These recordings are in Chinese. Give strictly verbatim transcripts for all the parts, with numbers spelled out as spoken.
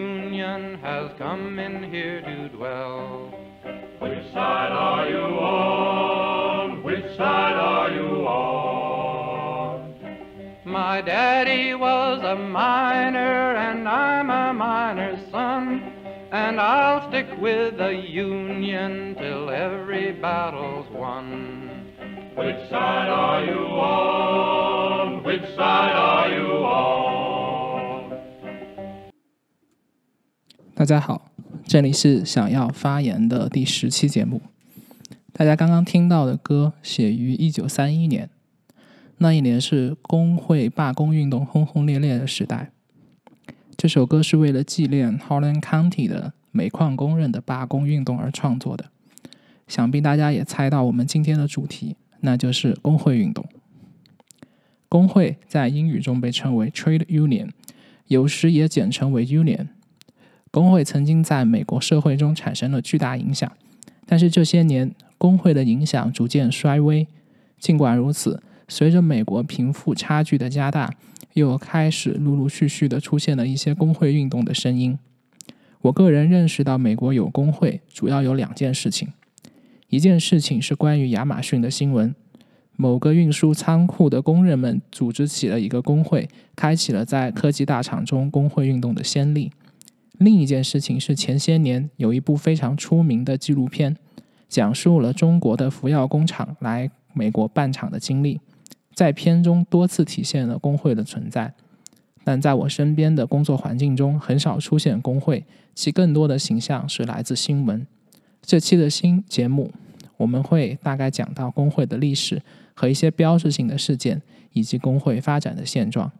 Union has come in here to dwell. Which side are you on? Which side are you on? My daddy was a miner and I'm a miner's son, and I'll stick with the Union till every battle's won. Which side are you on? Which side are you on? 大家好，这里是想要发言的第十期节目。大家刚刚听到的歌写于一九三一年，那一年是工会罢工运动轰轰烈烈的时代。这首歌是为了纪念 Harlan County 的煤矿工人的罢工运动而创作的。想必大家也猜到我们今天的主题，那就是工会运动。工会在英语中被称为 Trade Union， 有时也简称为 Union。工会曾经在美国社会中产生了巨大影响，但是这些年工会的影响逐渐衰微。尽管如此，随着美国贫富差距的加大，又开始陆陆续续地出现了一些工会运动的声音。我个人认识到美国有工会主要有两件事情。一件事情是关于亚马逊的新闻，某个运输仓库的工人们组织起了一个工会，开启了在科技大厂中工会运动的先例。另一件事情是前些年有一部非常出名的纪录片，讲述了中国的服药工厂来美国办厂的经历，在片中多次体现了工会的存在，但在我身边的工作环境中很少出现工会，其更多的形象是来自新闻。这期的新节目我们会大概讲到工会的历史和一些标志性的事件，以及工会发展的现状。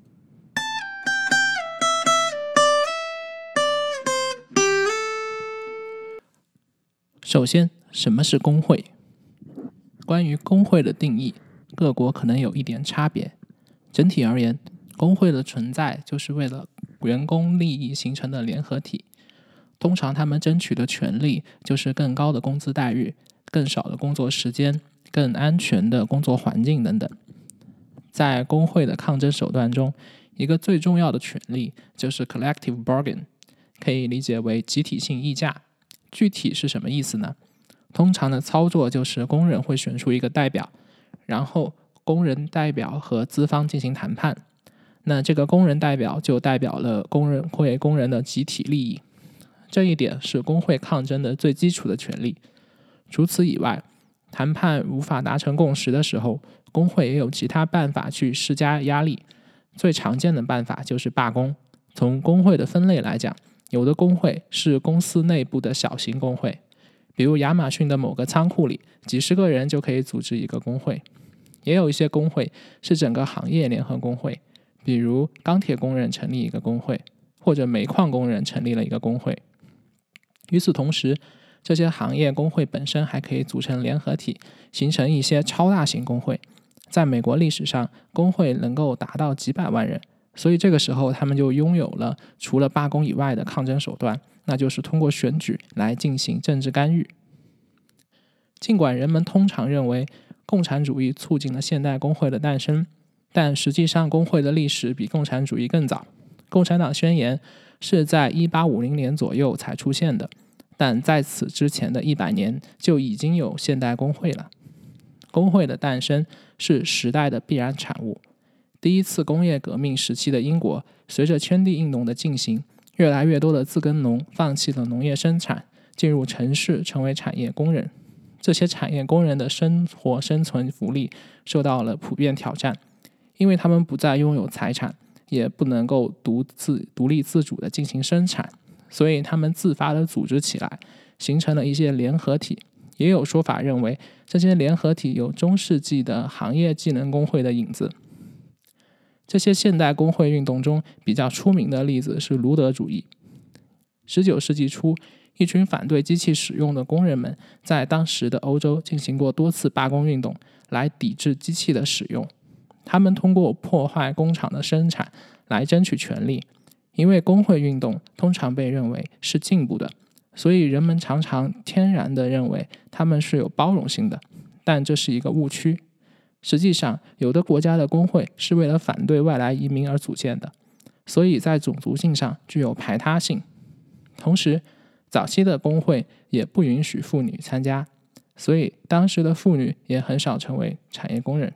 首先，什么是工会？关于工会的定义，各国可能有一点差别。整体而言，工会的存在就是为了员工利益形成的联合体。通常他们争取的权利就是更高的工资待遇、更少的工作时间、更安全的工作环境等等。在工会的抗争手段中，一个最重要的权利就是 collective bargain， 可以理解为集体性议价。具体是什么意思呢？通常的操作就是工人会选出一个代表，然后工人代表和资方进行谈判。那这个工人代表就代表了工人会工人的集体利益，这一点是工会抗争的最基础的权利。除此以外，谈判无法达成共识的时候，工会也有其他办法去施加压力。最常见的办法就是罢工。从工会的分类来讲，有的工会是公司内部的小型工会，比如亚马逊的某个仓库里，几十个人就可以组织一个工会。也有一些工会是整个行业联合工会，比如钢铁工人成立一个工会，或者煤矿工人成立了一个工会。与此同时，这些行业工会本身还可以组成联合体，形成一些超大型工会。在美国历史上，工会能够达到几百万人，所以这个时候他们就拥有了除了罢工以外的抗争手段，那就是通过选举来进行政治干预。尽管人们通常认为共产主义促进了现代工会的诞生，但实际上工会的历史比共产主义更早。共产党宣言是在一八五零年左右才出现的，但在此之前的一百年就已经有现代工会了。工会的诞生是时代的必然产物。第一次工业革命时期的英国，随着圈地运动的进行，越来越多的自耕农放弃了农业生产，进入城市成为产业工人。这些产业工人的生活生存福利受到了普遍挑战，因为他们不再拥有财产，也不能够独自独立自主地进行生产，所以他们自发地组织起来，形成了一些联合体。也有说法认为，这些联合体有中世纪的行业技能工会的影子。这些现代工会运动中比较出名的例子是卢德主义。十九世纪初，一群反对机器使用的工人们在当时的欧洲进行过多次罢工运动，来抵制机器的使用。他们通过破坏工厂的生产来争取权利。因为工会运动通常被认为是进步的，所以人们常常天然地认为他们是有包容性的，但这是一个误区。实际上，有的国家的工会是为了反对外来移民而组建的。 所以在种族性上具有排他性。同时，早期的工会也不允许妇女参加，所以当时的妇女也很少成为产业工人。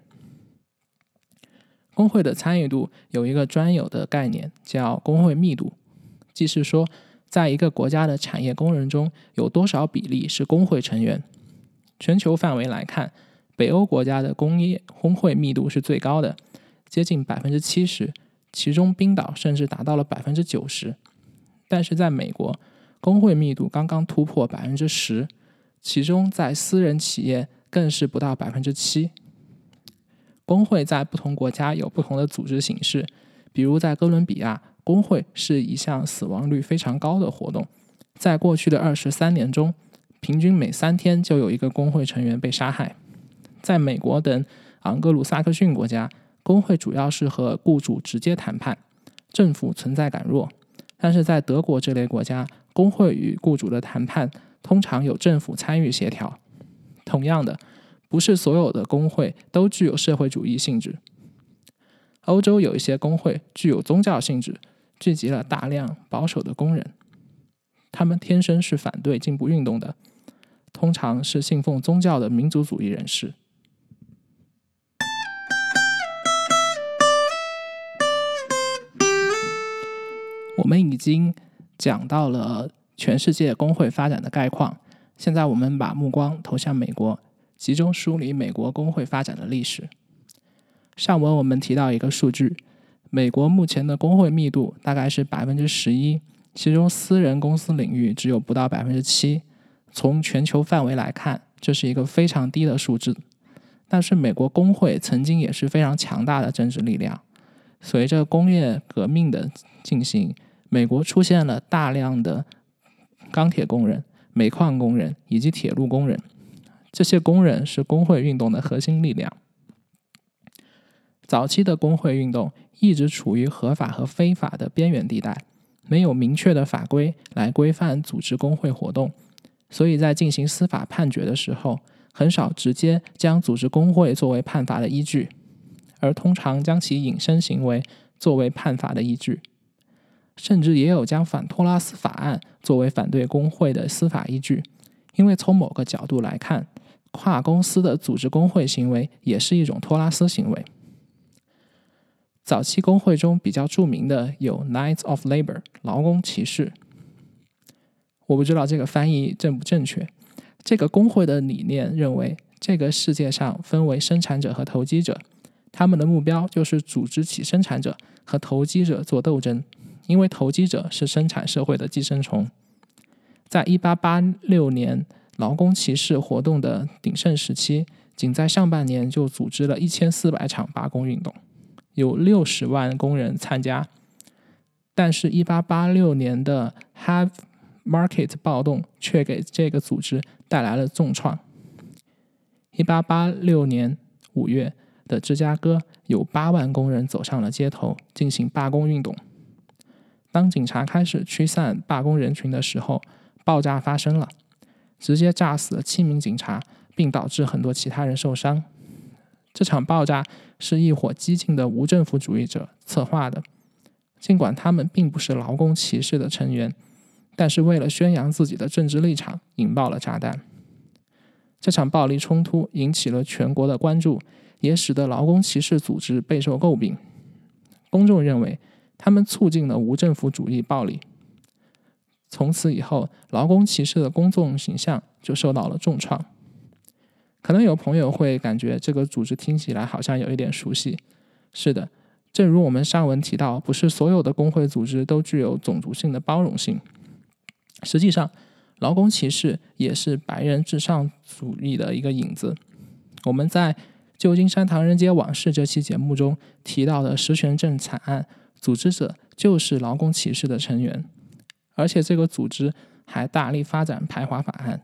工会的参与度有一个专有的概念，叫工会密度，即是说在一个国家的产业工人中有多少比例是工会成员。全球范围来看，北欧国家的工业工会密度是最高的，接近 百分之七十， 其中冰岛甚至达到了 百分之九十。 但是在美国，工会密度刚刚突破 百分之十， 其中在私人企业更是不到 百分之七。 工会在不同国家有不同的组织形式，比如在哥伦比亚，工会是一项死亡率非常高的活动，在过去的二十三年中，平均每三天就有一个工会成员被杀害。在美国等昂格鲁萨克逊国家，工会主要是和雇主直接谈判，政府存在感弱。但是在德国这类国家，工会与雇主的谈判通常有政府参与协调。同样的，不是所有的工会都具有社会主义性质。欧洲有一些工会具有宗教性质，聚集了大量保守的工人，他们天生是反对进步运动的，通常是信奉宗教的民族主义人士。我们已经讲到了全世界工会发展的概况，现在我们把目光投向美国，集中梳理美国工会发展的历史。上文我们提到一个数据，美国目前的工会密度大概是 百分之十一， 其中私人公司领域只有不到 百分之七。 从全球范围来看，这是一个非常低的数字。但是美国工会曾经也是非常强大的政治力量。随着工业革命的进行，美国出现了大量的钢铁工人、煤矿工人以及铁路工人，这些工人是工会运动的核心力量。早期的工会运动一直处于合法和非法的边缘地带，没有明确的法规来规范组织工会活动，所以在进行司法判决的时候，很少直接将组织工会作为判罚的依据，而通常将其引申行为作为判罚的依据。甚至也有将反托拉斯法案作为反对工会的司法依据，因为从某个角度来看，跨公司的组织工会行为也是一种托拉斯行为。早期工会中比较著名的有 Knights of Labor 劳工骑士，我不知道这个翻译正不正确。这个工会的理念认为，这个世界上分为生产者和投机者，他们的目标就是组织起生产者和投机者做斗争，因为投机者是生产社会的寄生虫。在一八八六年劳工骑士活动的鼎盛时期，仅在上半年就组织了一千四百场罢工运动，有六十万工人参加。但是一八八六年的 Have Market 暴动却给这个组织带来了重创。一八八六年五月的芝加哥，有八万工人走上了街头进行罢工运动。当警察开始驱散罢工人群的时候，爆炸发生了，直接炸死了七名警察，并导致很多其他人受伤。这场爆炸是一伙激进的无政府主义者策划的，尽管他们并不是劳工骑士的成员，但是为了宣扬自己的政治立场，引爆了炸弹。这场暴力冲突引起了全国的关注，也使得劳工骑士组织备受诟病。公众认为他们促进了无政府主义暴力。从此以后，劳工骑士的公众形象就受到了重创。可能有朋友会感觉这个组织听起来好像有一点熟悉。是的，正如我们上文提到，不是所有的工会组织都具有种族性的包容性。实际上，劳工骑士也是白人至上主义的一个影子。我们在旧金山唐人街往事这期节目中提到的石泉镇惨案，组织者就是劳工骑士的成员，而且这个组织还大力发展排华法案。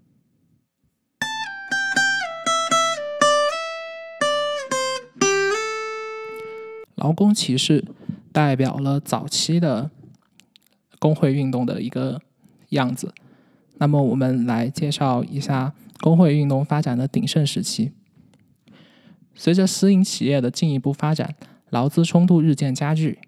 劳工骑士代表了早期的工会运动的一个样子。那么我们来介绍一下工会运动发展的鼎盛时期。随着私营企业的进一步发展，劳资冲突日渐加剧。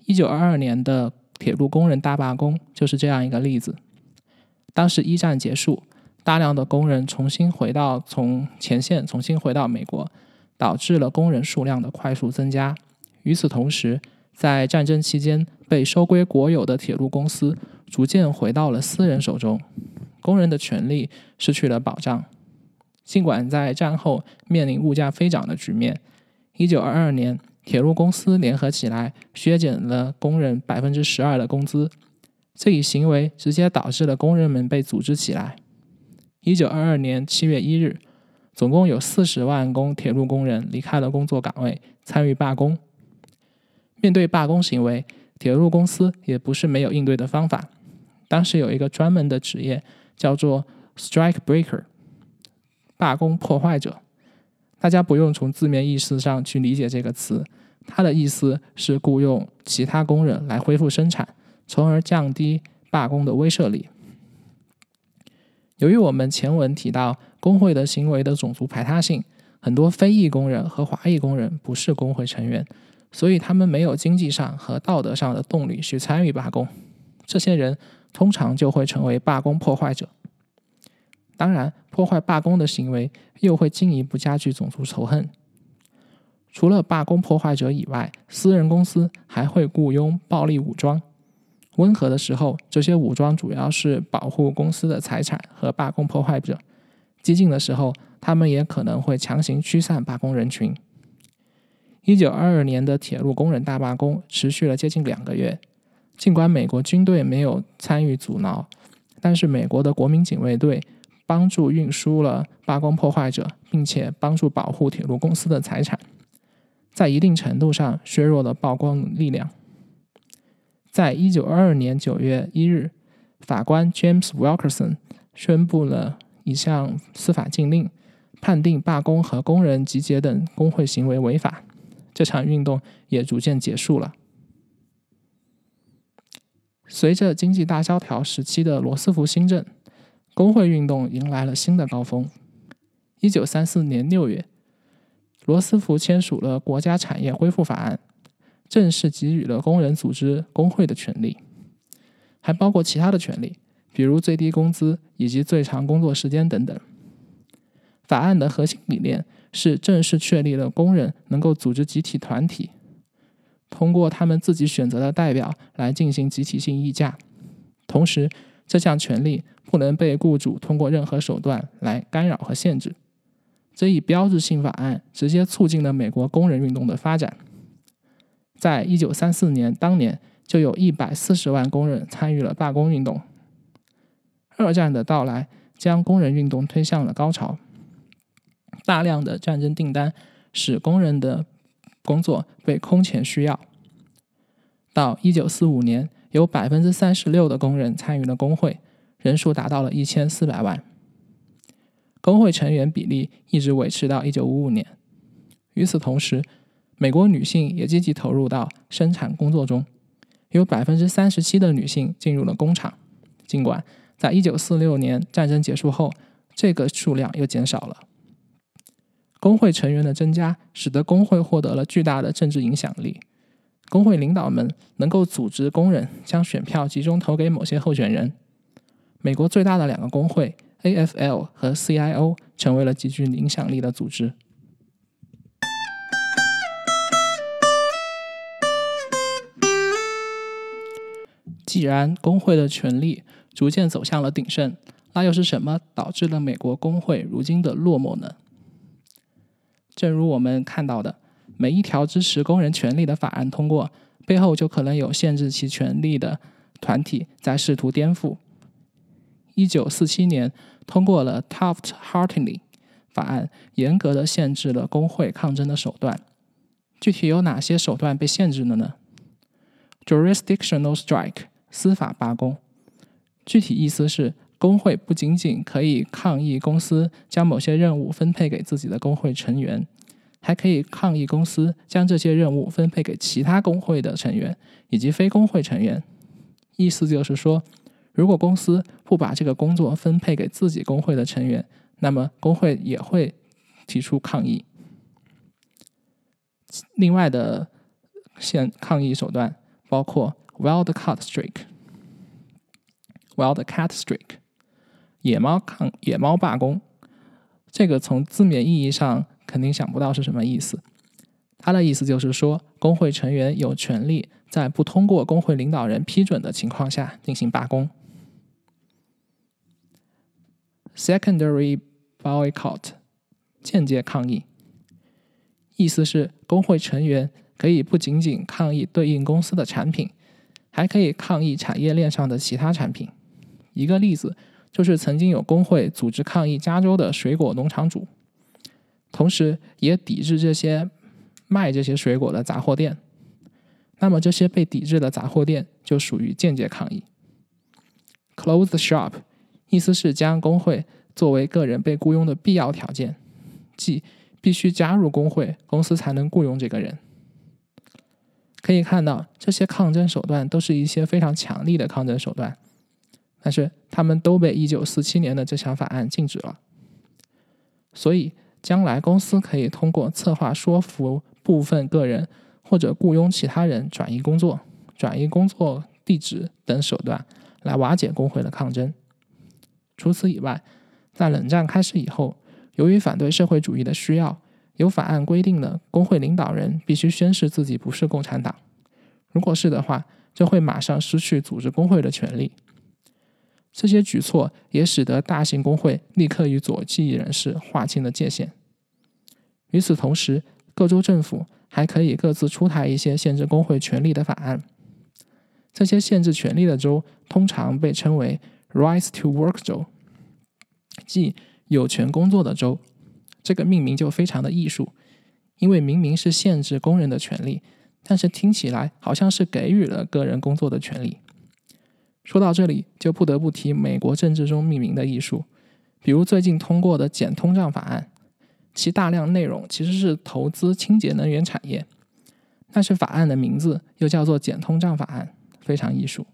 一九二二年的铁路工人大罢工就是这样一个例子。当时一战结束，大量的工人重新回到从前线重新回到美国，导致了工人数量的快速增加。与此同时，在战争期间被收归国有的铁路公司逐渐回到了私人手中，工人的权利失去了保障。尽管在战后面临物价飞涨的局面，一九二二年铁路公司联合起来削减了工人 百分之十二 的工资，这一行为直接导致了工人们被组织起来。一九二二年七月一日，总共有四十万工铁路工人离开了工作岗位，参与罢工。面对罢工行为，铁路公司也不是没有应对的方法。当时有一个专门的职业叫做 strike breaker， 罢工破坏者。大家不用从字面意思上去理解这个词，它的意思是雇佣其他工人来恢复生产，从而降低罢工的威慑力。由于我们前文提到工会的行为的种族排他性，很多非裔工人和华裔工人不是工会成员，所以他们没有经济上和道德上的动力去参与罢工，这些人通常就会成为罢工破坏者。当然，破坏罢工的行为又会进一步加剧种族仇恨。除了罢工破坏者以外，私人公司还会雇佣暴力武装。温和的时候，这些武装主要是保护公司的财产和罢工破坏者；激进的时候，他们也可能会强行驱散罢工人群。一九二二年的铁路工人大罢工持续了接近两个月，尽管美国军队没有参与阻挠，但是美国的国民警卫队帮助运输了罢工破坏者，并且帮助保护铁路公司的财产，在一定程度上削弱了罢工力量。在一九二二年九月一日，法官 James Wilkerson 宣布了一项司法禁令，判定罢工和工人集结等工会行为违法。这场运动也逐渐结束了。随着经济大萧条时期的罗斯福新政，工会运动迎来了新的高峰。一九三四年六月，罗斯福签署了国家产业恢复法案，正式给予了工人组织工会的权利，还包括其他的权利，比如最低工资以及最长工作时间等等。法案的核心理念是正式确立了工人能够组织集体团体，通过他们自己选择的代表来进行集体性议价，同时这项权利不能被雇主通过任何手段来干扰和限制。这一标志性法案直接促进了美国工人运动的发展。在一九三四年当年，就有一百四十万工人参与了罢工运动。二战的到来将工人运动推向了高潮，大量的战争订单使工人的工作被空前需要。到一九四五年，有 百分之三十六 的工人参与了工会，人数达到了一千四百万。工会成员比例一直维持到一九五五年。与此同时，美国女性也积极投入到生产工作中，有 百分之三十七 的女性进入了工厂。尽管在一九四六年战争结束后，这个数量又减少了。工会成员的增加使得工会获得了巨大的政治影响力。工会领导们能够组织工人将选票集中投给某些候选人。美国最大的两个工会 A F L 和 C I O 成为了极具影响力的组织。既然工会的权力逐渐走向了鼎盛，那又是什么导致了美国工会如今的落寞呢？正如我们看到的，每一条支持工人权利的法案通过，背后就可能有限制其权利的团体在试图颠覆。一九四七年通过了 Taft-Hartley 法案，严格的限制了工会抗争的手段。具体有哪些手段被限制了呢？ Jurisdictional strike 司法罢工，具体意思是工会不仅仅可以抗议公司将某些任务分配给自己的工会成员，还可以抗议公司将这些任务分配给其他工会的成员以及非工会成员。意思就是说，如果公司不把这个工作分配给自己工会的成员，那么工会也会提出抗议。另外的现抗议手段包括 Wildcat Strike、Wildcat Strike 野猫抗野猫罢工。这个从字面意义上肯定想不到是什么意思，它的意思就是说，工会成员有权利在不通过工会领导人批准的情况下进行罢工。Secondary boycott 间接抗议，意思是工会成员可以不仅仅抗议对应公司的产品，还可以抗议产业链上的其他产品。一个例子就是曾经有工会组织抗议加州的水果农场主，同时也抵制这些卖这些水果的杂货店。那么这些被抵制的杂货店就属于间接抗议。Close the shop 意思是将工会作为个人被雇佣的必要条件，即必须加入工会，公司才能雇佣这个人。可以看到，这些抗争手段都是一些非常强力的抗争手段，但是他们都被一九四七年的这项法案禁止了。所以将来公司可以通过策划说服部分个人或者雇佣其他人转移工作、转移工作地址等手段来瓦解工会的抗争。除此以外，在冷战开始以后，由于反对社会主义的需要，有法案规定了工会领导人必须宣誓自己不是共产党，如果是的话，就会马上失去组织工会的权利。这些举措也使得大型工会立刻与左翼人士划清了界限。与此同时，各州政府还可以各自出台一些限制工会权利的法案。这些限制权利的州通常被称为 Rights to Work 州，即有权工作的州。这个命名就非常的艺术，因为明明是限制工人的权利，但是听起来好像是给予了个人工作的权利。说到这里，就不得不提美国政治中命名的艺术，比如最近通过的减通胀法案，其大量内容其实是投资清洁能源产业，但是法案的名字又叫做减通胀法案，非常艺术。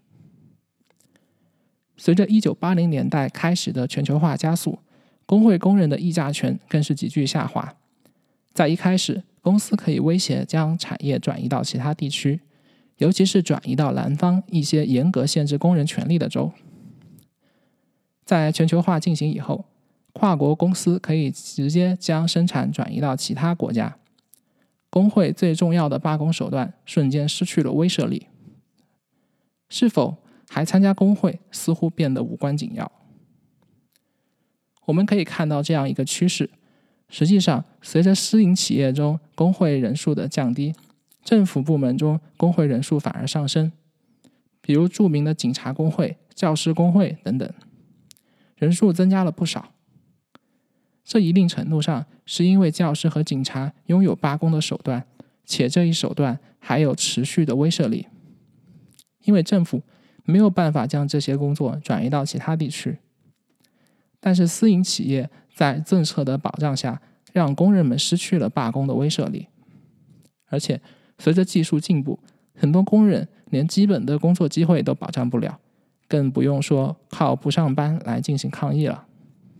随着一九八零年代开始的全球化加速，工会工人的议价权更是急剧下滑。在一开始，公司可以威胁将产业转移到其他地区，尤其是转移到南方一些严格限制工人权利的州。在全球化进行以后，跨国公司可以直接将生产转移到其他国家，工会最重要的罢工手段瞬间失去了威慑力。是否还参加工会似乎变得无关紧要。我们可以看到这样一个趋势，实际上随着私营企业中工会人数的降低，政府部门中工会人数反而上升，比如著名的警察工会、教师工会等等，人数增加了不少。这一定程度上是因为教师和警察拥有罢工的手段，且这一手段还有持续的威慑力，因为政府没有办法将这些工作转移到其他地区。但是私营企业在政策的保障下，让工人们失去了罢工的威慑力。而且随着技术进步，很多工人连基本的工作机会都保障不了，更不用说靠不上班来进行抗议了。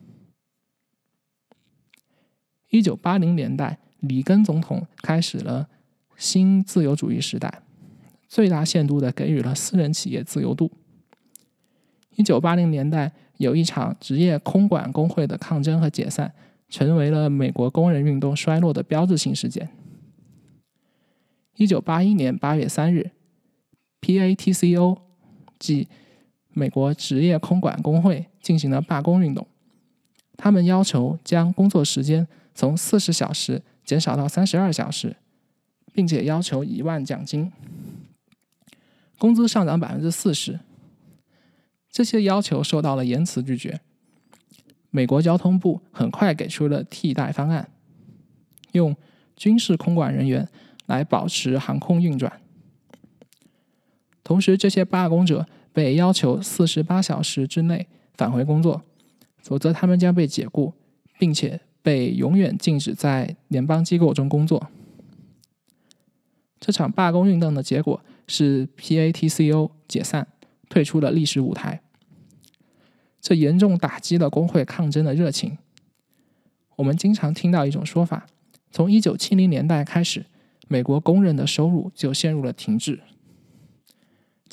一九八零年代，里根总统开始了新自由主义时代，最大限度地给予了私人企业自由度。一九八零年代有一场职业空管工会的抗争和解散，成为了美国工人运动衰落的标志性事件。一九八一年八月三日 ，P A T C O 即美国职业空管工会进行了罢工运动，他们要求将工作时间从四十小时减少到三十二小时，并且要求一万奖金，工资上涨 百分之四十。这些要求受到了严词拒绝。美国交通部很快给出了替代方案，用军事空管人员来保持航空运转。同时，这些罢工者被要求四十八小时之内返回工作，否则他们将被解雇，并且被永远禁止在联邦机构中工作。这场罢工运动的结果是 P A T C O 解散，退出了历史舞台。这严重打击了工会抗争的热情。我们经常听到一种说法，从一九七零年代开始，美国工人的收入就陷入了停滞。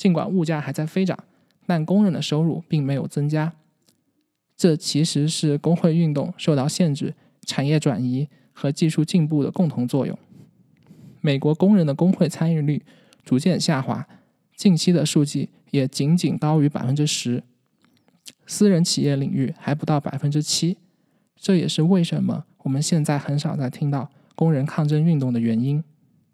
尽管物价还在飞涨，但工人的收入并没有增加。这其实是工会运动受到限制、产业转移和技术进步的共同作用。美国工人的工会参与率逐渐下滑，近期的数据也仅仅高于 百分之十， 私人企业领域还不到 百分之七， 这也是为什么我们现在很少再听到工人抗争运动的原因。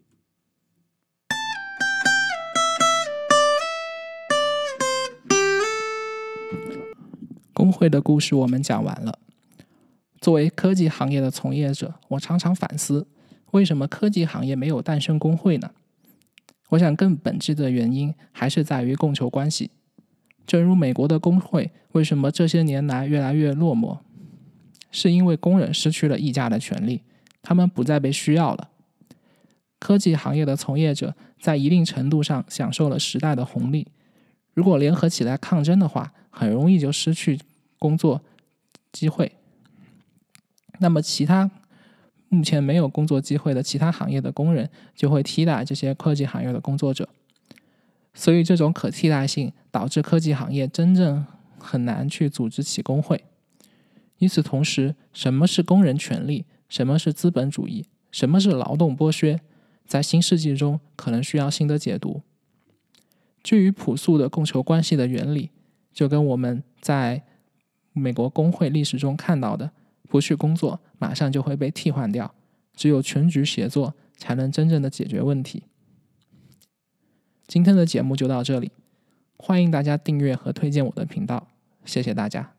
工会的故事我们讲完了。作为科技行业的从业者，我常常反思，为什么科技行业没有诞生工会呢？我想更本质的原因还是在于供求关系。正如美国的工会为什么这些年来越来越落寞，是因为工人失去了议价的权利，他们不再被需要了。科技行业的从业者在一定程度上享受了时代的红利，如果联合起来抗争的话，很容易就失去工作机会。那么其他目前没有工作机会的其他行业的工人就会替代这些科技行业的工作者，所以这种可替代性导致科技行业真正很难去组织起工会。与此同时，什么是工人权利，什么是资本主义，什么是劳动剥削，在新世纪中可能需要新的解读。基于朴素的供求关系的原理，就跟我们在美国工会历史中看到的，不去工作马上就会被替换掉，只有全局协作才能真正的解决问题。今天的节目就到这里，欢迎大家订阅和推荐我的频道，谢谢大家。